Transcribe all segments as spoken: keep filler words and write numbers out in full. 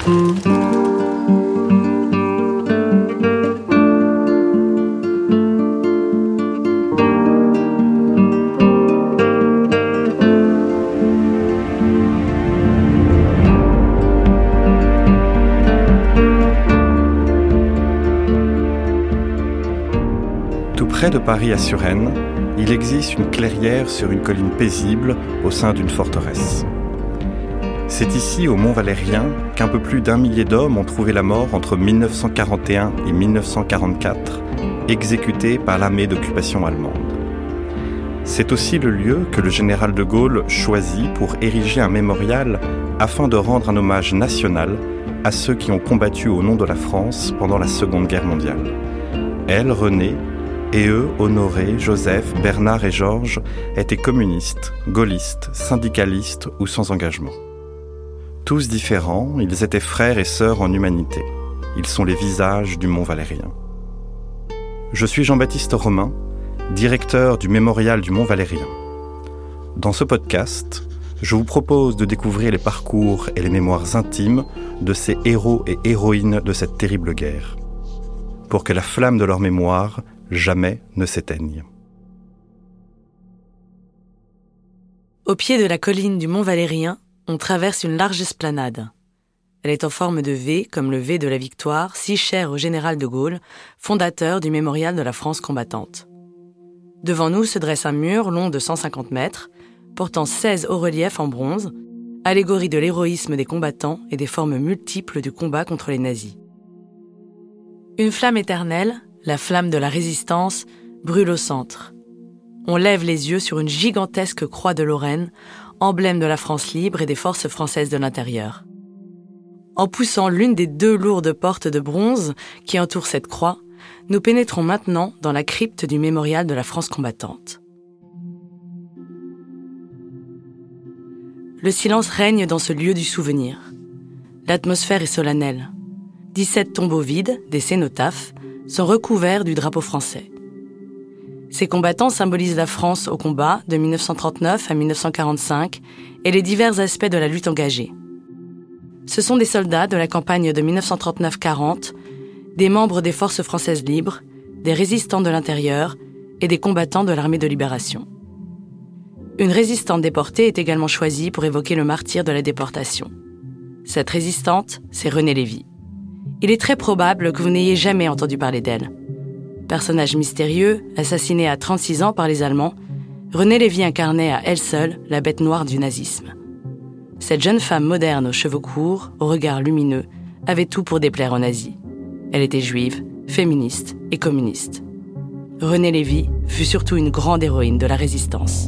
Près de Paris à Suresnes, il existe une clairière sur une colline paisible au sein d'une forteresse. C'est ici, au Mont Valérien, qu'un peu plus d'un millier d'hommes ont trouvé la mort entre mille neuf cent quarante et un et mille neuf cent quarante-quatre, exécutés par l'armée d'occupation allemande. C'est aussi le lieu que le général de Gaulle choisit pour ériger un mémorial afin de rendre un hommage national à ceux qui ont combattu au nom de la France pendant la Seconde Guerre mondiale. Elle, Renée, et eux, Honoré, Joseph, Bernard et Georges, étaient communistes, gaullistes, syndicalistes ou sans engagement. Tous différents, ils étaient frères et sœurs en humanité. Ils sont les visages du Mont Valérien. Je suis Jean-Baptiste Romain, directeur du Mémorial du Mont Valérien. Dans ce podcast, je vous propose de découvrir les parcours et les mémoires intimes de ces héros et héroïnes de cette terrible guerre, pour que la flamme de leur mémoire jamais ne s'éteigne. Au pied de la colline du Mont Valérien, on traverse une large esplanade. Elle est en forme de V, comme le V de la victoire, si cher au général de Gaulle, fondateur du mémorial de la France combattante. Devant nous se dresse un mur long de cent cinquante mètres, portant seize hauts-reliefs en bronze, allégorie de l'héroïsme des combattants et des formes multiples du combat contre les nazis. Une flamme éternelle, la flamme de la résistance, brûle au centre. On lève les yeux sur une gigantesque croix de Lorraine, emblème de la France libre et des forces françaises de l'intérieur. En poussant l'une des deux lourdes portes de bronze qui entourent cette croix, nous pénétrons maintenant dans la crypte du mémorial de la France combattante. Le silence règne dans ce lieu du souvenir. L'atmosphère est solennelle. dix-sept tombeaux vides, des cénotaphes, sont recouverts du drapeau français. Ces combattants symbolisent la France au combat de mille neuf cent trente-neuf à mille neuf cent quarante-cinq et les divers aspects de la lutte engagée. Ce sont des soldats de la campagne de mille neuf cent trente-neuf quarante, des membres des forces françaises libres, des résistants de l'intérieur et des combattants de l'armée de libération. Une résistante déportée est également choisie pour évoquer le martyr de la déportation. Cette résistante, c'est Renée Lévy. Il est très probable que vous n'ayez jamais entendu parler d'elle. Personnage mystérieux, assassinée à trente-six ans par les Allemands, Renée Lévy incarnait à elle seule la bête noire du nazisme. Cette jeune femme moderne aux cheveux courts, au regard lumineux, avait tout pour déplaire aux nazis. Elle était juive, féministe et communiste. Renée Lévy fut surtout une grande héroïne de la résistance.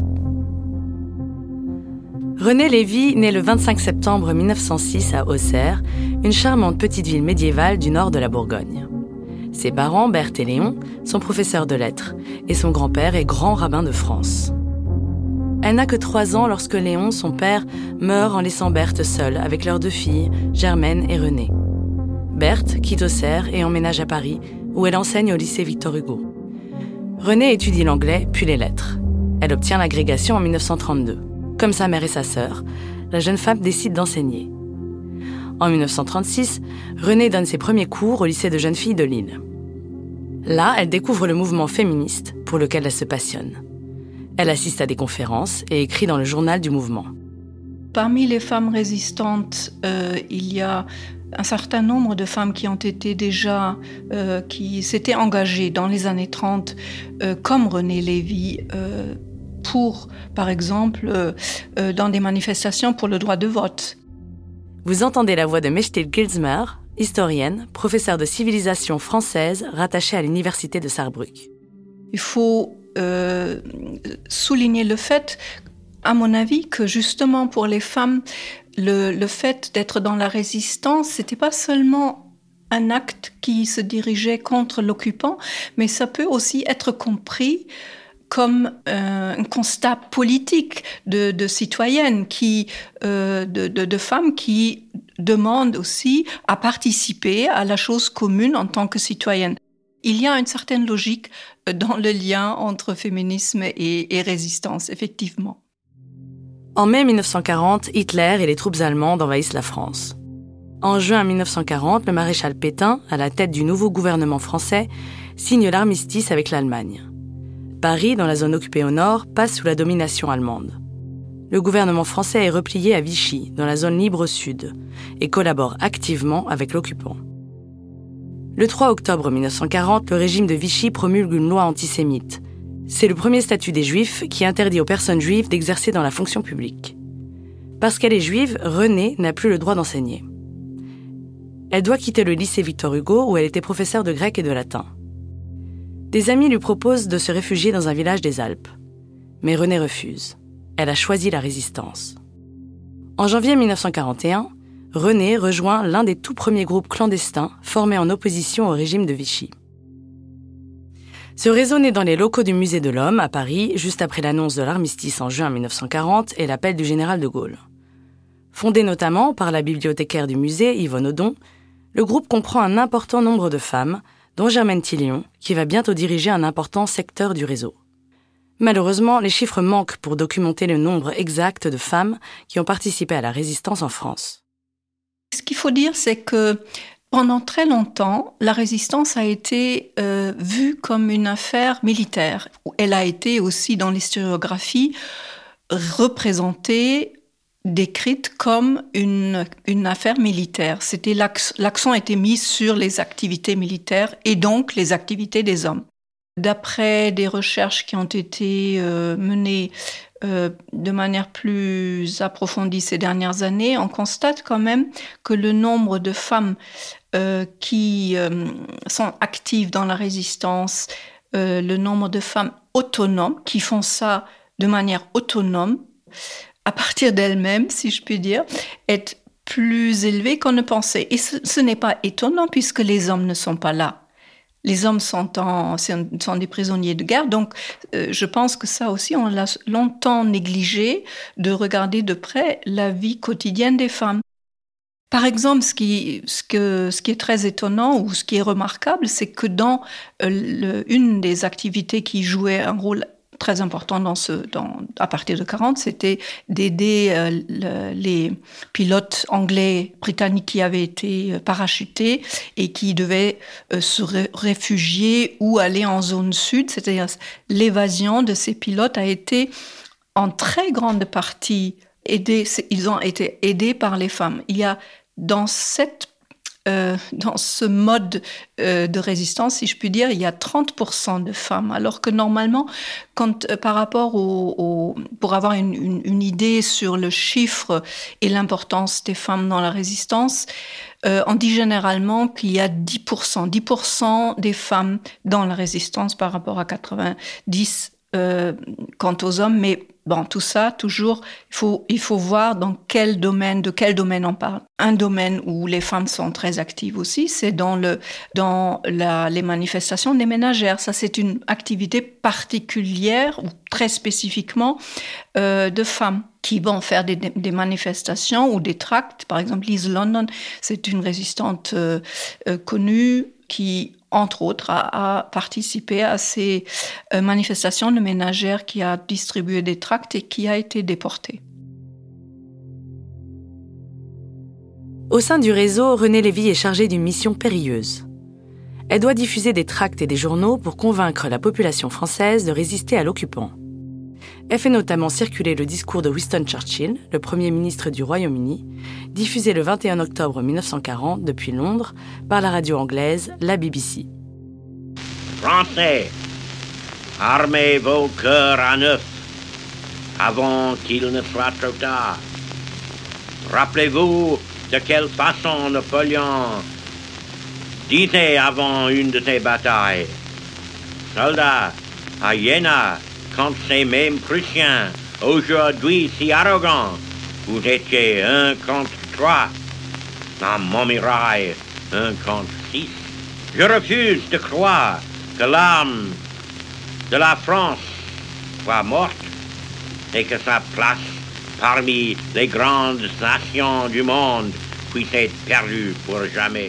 Renée Lévy naît le vingt-cinq septembre mille neuf cent six à Auxerre, une charmante petite ville médiévale du nord de la Bourgogne. Ses parents, Berthe et Léon, sont professeurs de lettres et son grand-père est grand rabbin de France. Elle n'a que trois ans lorsque Léon, son père, meurt en laissant Berthe seule avec leurs deux filles, Germaine et Renée. Berthe quitte Auxerre et emménage à Paris, où elle enseigne au lycée Victor Hugo. Renée étudie l'anglais puis les lettres. Elle obtient l'agrégation en mille neuf cent trente-deux. Comme sa mère et sa sœur, la jeune femme décide d'enseigner. En mille neuf cent trente-six, Renée donne ses premiers cours au lycée de jeunes filles de Lille. Là, elle découvre le mouvement féministe pour lequel elle se passionne. Elle assiste à des conférences et écrit dans le journal du mouvement. Parmi les femmes résistantes, euh, il y a un certain nombre de femmes qui ont été déjà, euh, qui s'étaient engagées dans les années trente, euh, comme Renée Lévy, euh, pour, par exemple, euh, euh, dans des manifestations pour le droit de vote. Vous entendez la voix de Mechtil Gilsmer, historienne, professeure de civilisation française rattachée à l'université de Sarrebruck. Il faut euh, souligner le fait, à mon avis, que justement pour les femmes, le, le fait d'être dans la résistance, c'était pas seulement un acte qui se dirigeait contre l'occupant, mais ça peut aussi être compris comme euh, un constat politique de, de citoyennes, qui, euh, de, de, de femmes qui demandent aussi à participer à la chose commune en tant que citoyennes. Il y a une certaine logique dans le lien entre féminisme et, et résistance, effectivement. En mai mille neuf cent quarante, Hitler et les troupes allemandes envahissent la France. En juin dix-neuf cent quarante, le maréchal Pétain, à la tête du nouveau gouvernement français, signe l'armistice avec l'Allemagne. Paris, dans la zone occupée au nord, passe sous la domination allemande. Le gouvernement français est replié à Vichy, dans la zone libre au sud, et collabore activement avec l'occupant. Le trois octobre dix-neuf cent quarante, le régime de Vichy promulgue une loi antisémite. C'est le premier statut des Juifs qui interdit aux personnes juives d'exercer dans la fonction publique. Parce qu'elle est juive, Renée n'a plus le droit d'enseigner. Elle doit quitter le lycée Victor Hugo où elle était professeure de grec et de latin. Des amis lui proposent de se réfugier dans un village des Alpes. Mais Renée refuse. Elle a choisi la résistance. En janvier dix-neuf cent quarante et un, Renée rejoint l'un des tout premiers groupes clandestins formés en opposition au régime de Vichy. Ce réseau naît dans les locaux du Musée de l'Homme, à Paris, juste après l'annonce de l'armistice en juin dix-neuf cent quarante et l'appel du général de Gaulle. Fondé notamment par la bibliothécaire du musée, Yvonne Audon, le groupe comprend un important nombre de femmes, dont Germaine Tillion, qui va bientôt diriger un important secteur du réseau. Malheureusement, les chiffres manquent pour documenter le nombre exact de femmes qui ont participé à la résistance en France. Ce qu'il faut dire, c'est que pendant très longtemps, la résistance a été euh, vue comme une affaire militaire. Elle a été aussi, dans l'historiographie, représentée, décrite comme une, une affaire militaire. C'était l'accent était mis sur les activités militaires et donc les activités des hommes. D'après des recherches qui ont été euh, menées euh, de manière plus approfondie ces dernières années, on constate quand même que le nombre de femmes euh, qui euh, sont actives dans la résistance, euh, le nombre de femmes autonomes qui font ça de manière autonome, à partir d'elles-mêmes, si je puis dire, est plus élevé qu'on ne pensait. Et ce, ce n'est pas étonnant puisque les hommes ne sont pas là. Les hommes sont, en, sont des prisonniers de guerre, donc euh, je pense que ça aussi, on l'a longtemps négligé de regarder de près la vie quotidienne des femmes. Par exemple, ce qui, ce, que, ce qui est très étonnant ou ce qui est remarquable, c'est que dans euh, le, une des activités qui jouait un rôle très important dans ce, dans, à partir de quarante, c'était d'aider euh, le, les pilotes anglais, britanniques qui avaient été parachutés et qui devaient euh, se ré- réfugier ou aller en zone sud. C'est-à-dire l'évasion de ces pilotes a été en très grande partie aidée. Ils ont été aidés par les femmes. Il y a dans cette Euh, dans ce mode euh, de résistance, si je puis dire, il y a trente pour cent de femmes, alors que normalement, quand, euh, par rapport au, au, pour avoir une, une, une idée sur le chiffre et l'importance des femmes dans la résistance, euh, on dit généralement qu'il y a dix pour cent, dix pour cent des femmes dans la résistance par rapport à quatre-vingt-dix euh, quant aux hommes, mais bon, tout ça, toujours, il faut, il faut voir dans quel domaine, de quel domaine on parle. Un domaine où les femmes sont très actives aussi, c'est dans, le, dans la, les manifestations des ménagères. Ça, c'est une activité particulière ou très spécifiquement euh, de femmes qui vont faire des, des manifestations ou des tracts. Par exemple, Lise London, c'est une résistante euh, euh, connue qui, entre autres, a, a participé à ces euh, manifestations de ménagères, qui a distribué des tracts et qui a été déportée. Au sein du réseau, Renée Lévy est chargée d'une mission périlleuse. Elle doit diffuser des tracts et des journaux pour convaincre la population française de résister à l'occupant. Elle fait notamment circuler le discours de Winston Churchill, le Premier ministre du Royaume-Uni, diffusé le vingt et un octobre dix-neuf cent quarante depuis Londres par la radio anglaise, la B B C. Français, armez vos cœurs à neuf avant qu'il ne soit trop tard. Rappelez-vous de quelle façon Napoléon disait avant une de ces batailles: soldats, à Iéna, contre ces mêmes Prussiens, aujourd'hui si arrogants, vous étiez un contre trois. À Montmirail, un contre six. Je refuse de croire que l'âme de la France soit morte et que sa place parmi les grandes nations du monde puisse être perdue pour jamais.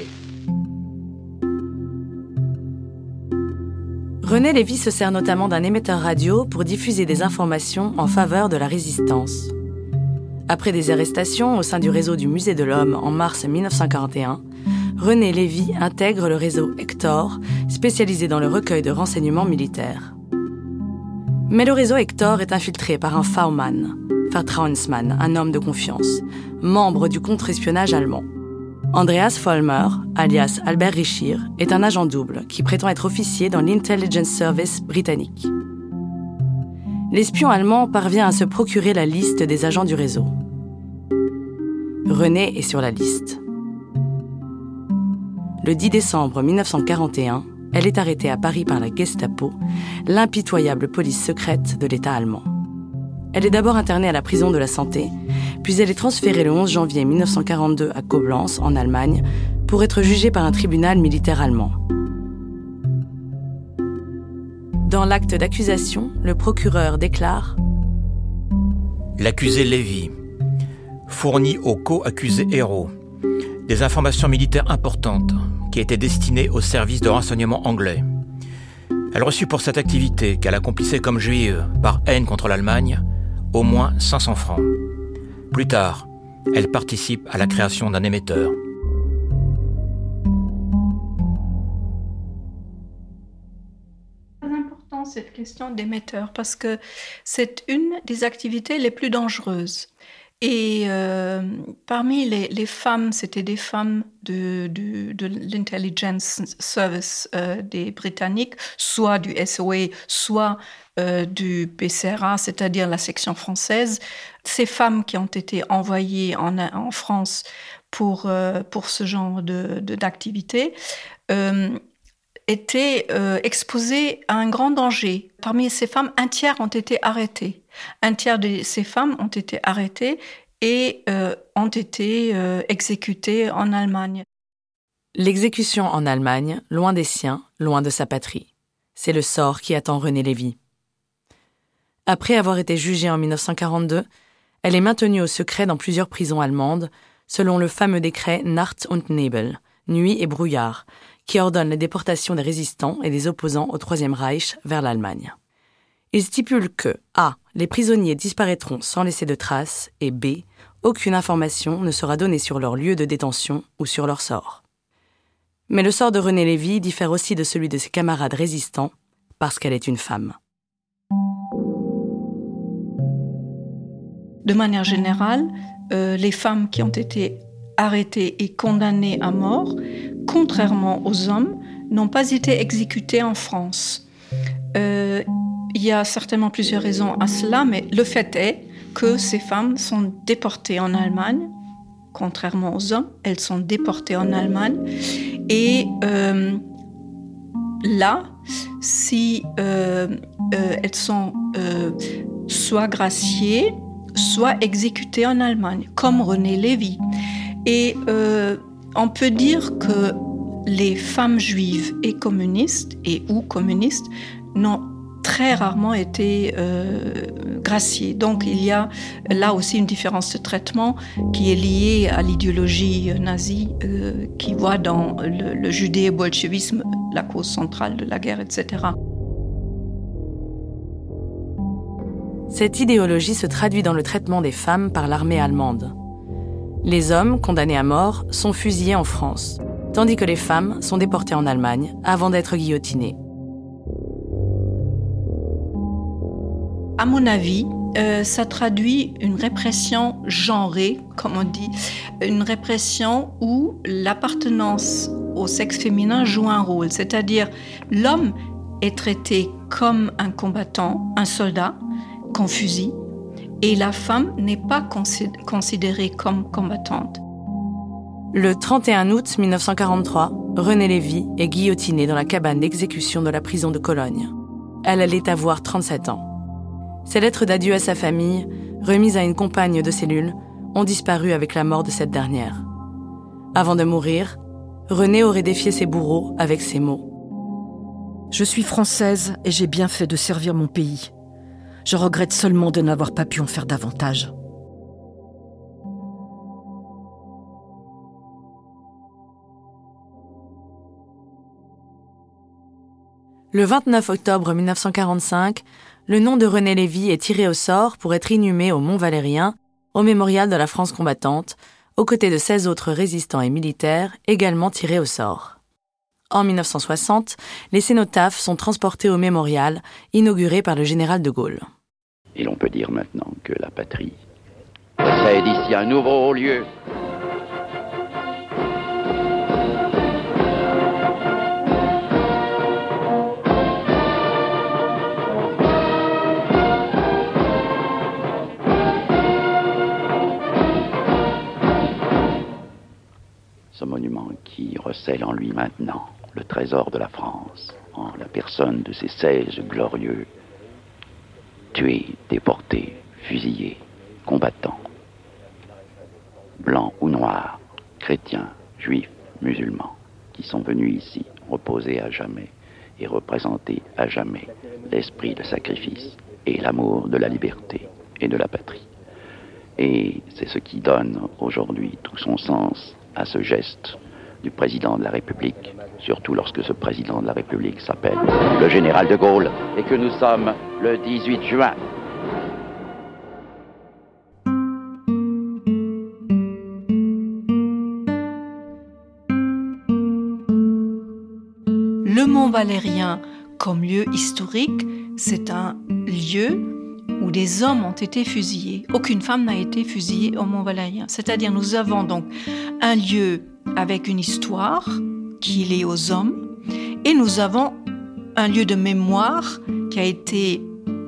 Renée Lévy se sert notamment d'un émetteur radio pour diffuser des informations en faveur de la résistance. Après des arrestations au sein du réseau du Musée de l'Homme en mars dix-neuf cent quarante et un, René Lévy intègre le réseau Hector, spécialisé dans le recueil de renseignements militaires. Mais le réseau Hector est infiltré par un V-Mann, Vertrauensmann, un homme de confiance, membre du contre-espionnage allemand. Andreas Vollmer, alias Albert Richir, est un agent double qui prétend être officier dans l'Intelligence Service britannique. L'espion allemand parvient à se procurer la liste des agents du réseau. René est sur la liste. Le dix décembre dix-neuf cent quarante et un, elle est arrêtée à Paris par la Gestapo, l'impitoyable police secrète de l'État allemand. Elle est d'abord internée à la prison de la Santé, puis elle est transférée le onze janvier dix-neuf cent quarante-deux à Koblenz, en Allemagne, pour être jugée par un tribunal militaire allemand. Dans l'acte d'accusation, le procureur déclare « L'accusé Lévy fournit au co-accusé Hérault des informations militaires importantes qui étaient destinées au service de renseignement anglais. Elle reçut pour cette activité qu'elle accomplissait comme juive, par haine contre l'Allemagne, au moins cinq cents francs. Plus tard, elle participe à la création d'un émetteur. » Cette question d'émetteur, parce que c'est une des activités les plus dangereuses. Et euh, parmi les, les femmes, c'était des femmes de, de, de l'Intelligence Service euh, des Britanniques, soit du S O E, soit euh, du P C R A, c'est-à-dire la section française. Ces femmes qui ont été envoyées en, en France pour, euh, pour ce genre de, de, d'activité, euh, étaient euh, exposées à un grand danger. Parmi ces femmes, un tiers ont été arrêtés. Un tiers de ces femmes ont été arrêtées et euh, ont été euh, exécutées en Allemagne. L'exécution en Allemagne, loin des siens, loin de sa patrie. C'est le sort qui attend René Lévy. Après avoir été jugée en dix-neuf cent quarante-deux, elle est maintenue au secret dans plusieurs prisons allemandes, selon le fameux décret Nacht und Nebel, nuit et brouillard, qui ordonne la déportation des résistants et des opposants au Troisième Reich vers l'Allemagne. Il stipule que A. Les prisonniers disparaîtront sans laisser de traces et B. Aucune information ne sera donnée sur leur lieu de détention ou sur leur sort. Mais le sort de René Lévy diffère aussi de celui de ses camarades résistants parce qu'elle est une femme. De manière générale, euh, les femmes qui ont été arrêtées et condamnées à mort, contrairement aux hommes, n'ont pas été exécutées en France. Euh, il y a certainement plusieurs raisons à cela, mais le fait est que ces femmes sont déportées en Allemagne, contrairement aux hommes, elles sont déportées en Allemagne. Et euh, là, si euh, euh, elles sont euh, soit graciées, soit exécutées en Allemagne, comme René Lévy. Et euh, on peut dire que les femmes juives et communistes, et ou communistes, n'ont très rarement été euh, graciées. Donc il y a là aussi une différence de traitement qui est liée à l'idéologie nazie, euh, qui voit dans le, le judéo-bolchevisme la cause centrale de la guerre, et cetera. Cette idéologie se traduit dans le traitement des femmes par l'armée allemande. Les hommes, condamnés à mort, sont fusillés en France, tandis que les femmes sont déportées en Allemagne avant d'être guillotinées. À mon avis, euh, ça traduit une répression genrée, comme on dit, une répression où l'appartenance au sexe féminin joue un rôle, c'est-à-dire l'homme est traité comme un combattant, un soldat, qu'on fusille, et la femme n'est pas considérée comme combattante. Le trente et un août dix-neuf cent quarante-trois, René Lévy est guillotinée dans la cabane d'exécution de la prison de Cologne. Elle allait avoir trente-sept ans. Ses lettres d'adieu à sa famille, remises à une compagne de cellule, ont disparu avec la mort de cette dernière. Avant de mourir, René aurait défié ses bourreaux avec ces mots. « Je suis française et j'ai bien fait de servir mon pays. Je regrette seulement de n'avoir pas pu en faire davantage. » Le vingt-neuf octobre dix-neuf cent quarante-cinq, le nom de René Lévy est tiré au sort pour être inhumé au Mont Valérien, au mémorial de la France combattante, aux côtés de seize autres résistants et militaires également tirés au sort. En mille neuf cent soixante, les cénotaphes sont transportés au mémorial, inauguré par le général de Gaulle. Et l'on peut dire maintenant que la patrie possède ici un nouveau lieu. Ce monument qui recèle en lui maintenant le trésor de la France, en la personne de ces seize glorieux, tués, déportés, fusillés, combattants, blancs ou noirs, chrétiens, juifs, musulmans, qui sont venus ici reposer à jamais et représenter à jamais l'esprit de sacrifice et l'amour de la liberté et de la patrie. Et c'est ce qui donne aujourd'hui tout son sens à ce geste du président de la République, surtout lorsque ce président de la République s'appelle le général de Gaulle et que nous sommes le dix-huit juin. Le Mont Valérien, comme lieu historique, c'est un lieu où des hommes ont été fusillés. Aucune femme n'a été fusillée au Mont Valérien. C'est-à-dire, nous avons donc un lieu avec une histoire qui est liée aux hommes, et nous avons un lieu de mémoire qui a été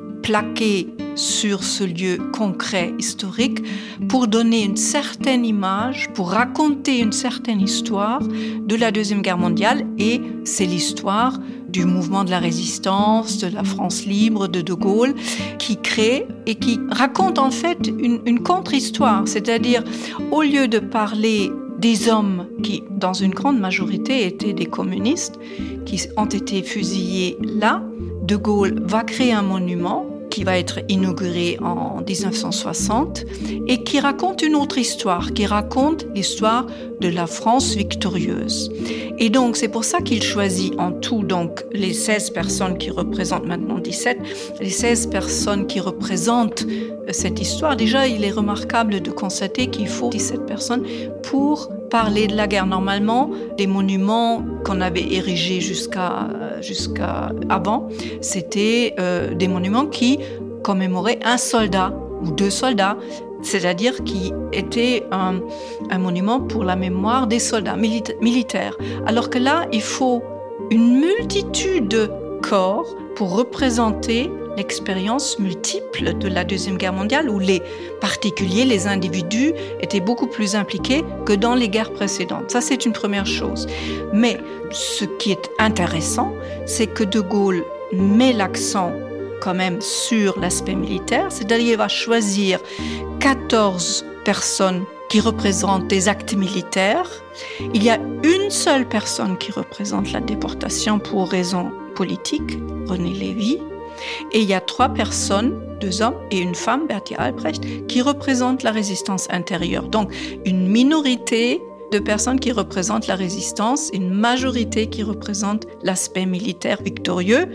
plaqué sur ce lieu concret historique pour donner une certaine image, pour raconter une certaine histoire de la Deuxième Guerre mondiale, et c'est l'histoire du mouvement de la résistance, de la France libre, de De Gaulle, qui crée et qui raconte en fait une, une contre-histoire. C'est-à-dire, au lieu de parler des hommes qui, dans une grande majorité, étaient des communistes, qui ont été fusillés là, De Gaulle va créer un monument qui va être inauguré en dix-neuf cent soixante et qui raconte une autre histoire, qui raconte l'histoire de la France victorieuse. Et donc, c'est pour ça qu'il choisit en tout donc les seize personnes qui représentent maintenant dix-sept, les seize personnes qui représentent cette histoire. Déjà, il est remarquable de constater qu'il faut dix-sept personnes pour parler de la guerre. Normalement, les monuments qu'on avait érigés jusqu'à jusqu'à avant, c'était euh, des monuments qui commémoraient un soldat ou deux soldats, c'est-à-dire qui était un, un monument pour la mémoire des soldats milita- militaires. Alors que là, il faut une multitude de corps pour représenter l'expérience multiple de la Deuxième Guerre mondiale, où les particuliers, les individus, étaient beaucoup plus impliqués que dans les guerres précédentes. Ça, c'est une première chose. Mais ce qui est intéressant, c'est que De Gaulle met l'accent quand même sur l'aspect militaire, c'est-à-dire qu'il va choisir quatorze personnes qui représentent des actes militaires. Il y a une seule personne qui représente la déportation pour raison politique, René Lévy. Et il y a trois personnes, deux hommes et une femme, Berthier Albrecht, qui représentent la résistance intérieure. Donc, une minorité de personnes qui représentent la résistance, une majorité qui représente l'aspect militaire victorieux.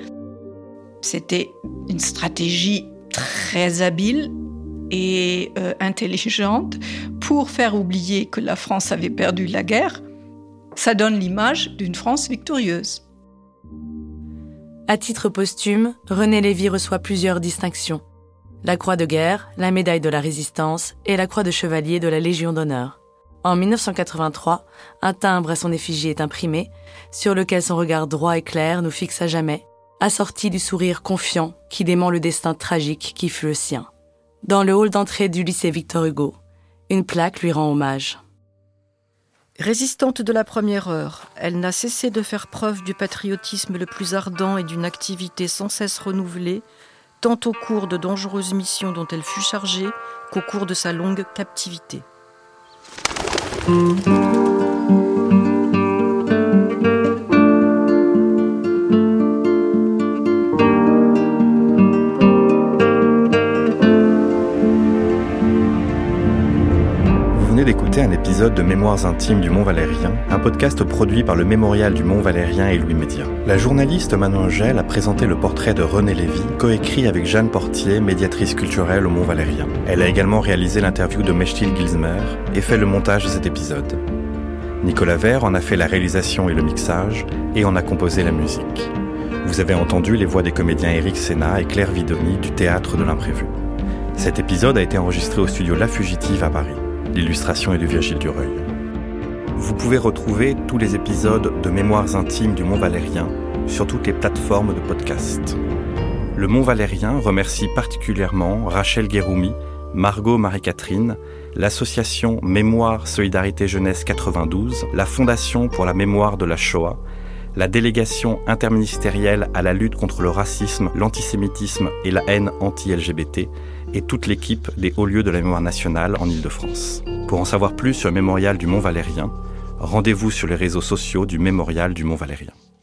C'était une stratégie très habile et euh, intelligente pour faire oublier que la France avait perdu la guerre. Ça donne l'image d'une France victorieuse. À titre posthume, René Lévy reçoit plusieurs distinctions. La Croix de guerre, la Médaille de la Résistance et la Croix de chevalier de la Légion d'honneur. En dix-neuf cent quatre-vingt-trois, un timbre à son effigie est imprimé, sur lequel son regard droit et clair nous fixe à jamais, assorti du sourire confiant qui dément le destin tragique qui fut le sien. Dans le hall d'entrée du lycée Victor Hugo, une plaque lui rend hommage. Résistante de la première heure, elle n'a cessé de faire preuve du patriotisme le plus ardent et d'une activité sans cesse renouvelée, tant au cours de dangereuses missions dont elle fut chargée qu'au cours de sa longue captivité. D'écouter un épisode épisode de Mémoires intimes du Mont Valérien, un podcast produit par le Mémorial du Mont Valérien et Louis Média. La journaliste Manon Gel a présenté le portrait de René Lévy, coécrit avec Jeanne Portier, médiatrice culturelle au Mont Valérien. Elle a également réalisé l'interview de Mechtil Gilsmer et fait le montage de cet épisode. Nicolas Vert en a fait la réalisation et le mixage et en a composé la musique. Vous avez entendu les voix des comédiens Éric Sénat et Claire Vidoni du Théâtre de l'Imprévu. Cet épisode a été enregistré au studio La Fugitive à Paris. L'illustration est de Virgile Dureuil. Vous pouvez retrouver tous les épisodes de Mémoires intimes du Mont Valérien sur toutes les plateformes de podcast. Le Mont Valérien remercie particulièrement Rachel Guéroumi, Margot Marie-Catherine, l'association Mémoire Solidarité Jeunesse quatre-vingt-douze, la Fondation pour la mémoire de la Shoah, la délégation interministérielle à la lutte contre le racisme, l'antisémitisme et la haine anti-L G B T et toute l'équipe des hauts lieux de la mémoire nationale en Île-de-France. Pour en savoir plus sur le Mémorial du Mont Valérien, rendez-vous sur les réseaux sociaux du Mémorial du Mont Valérien.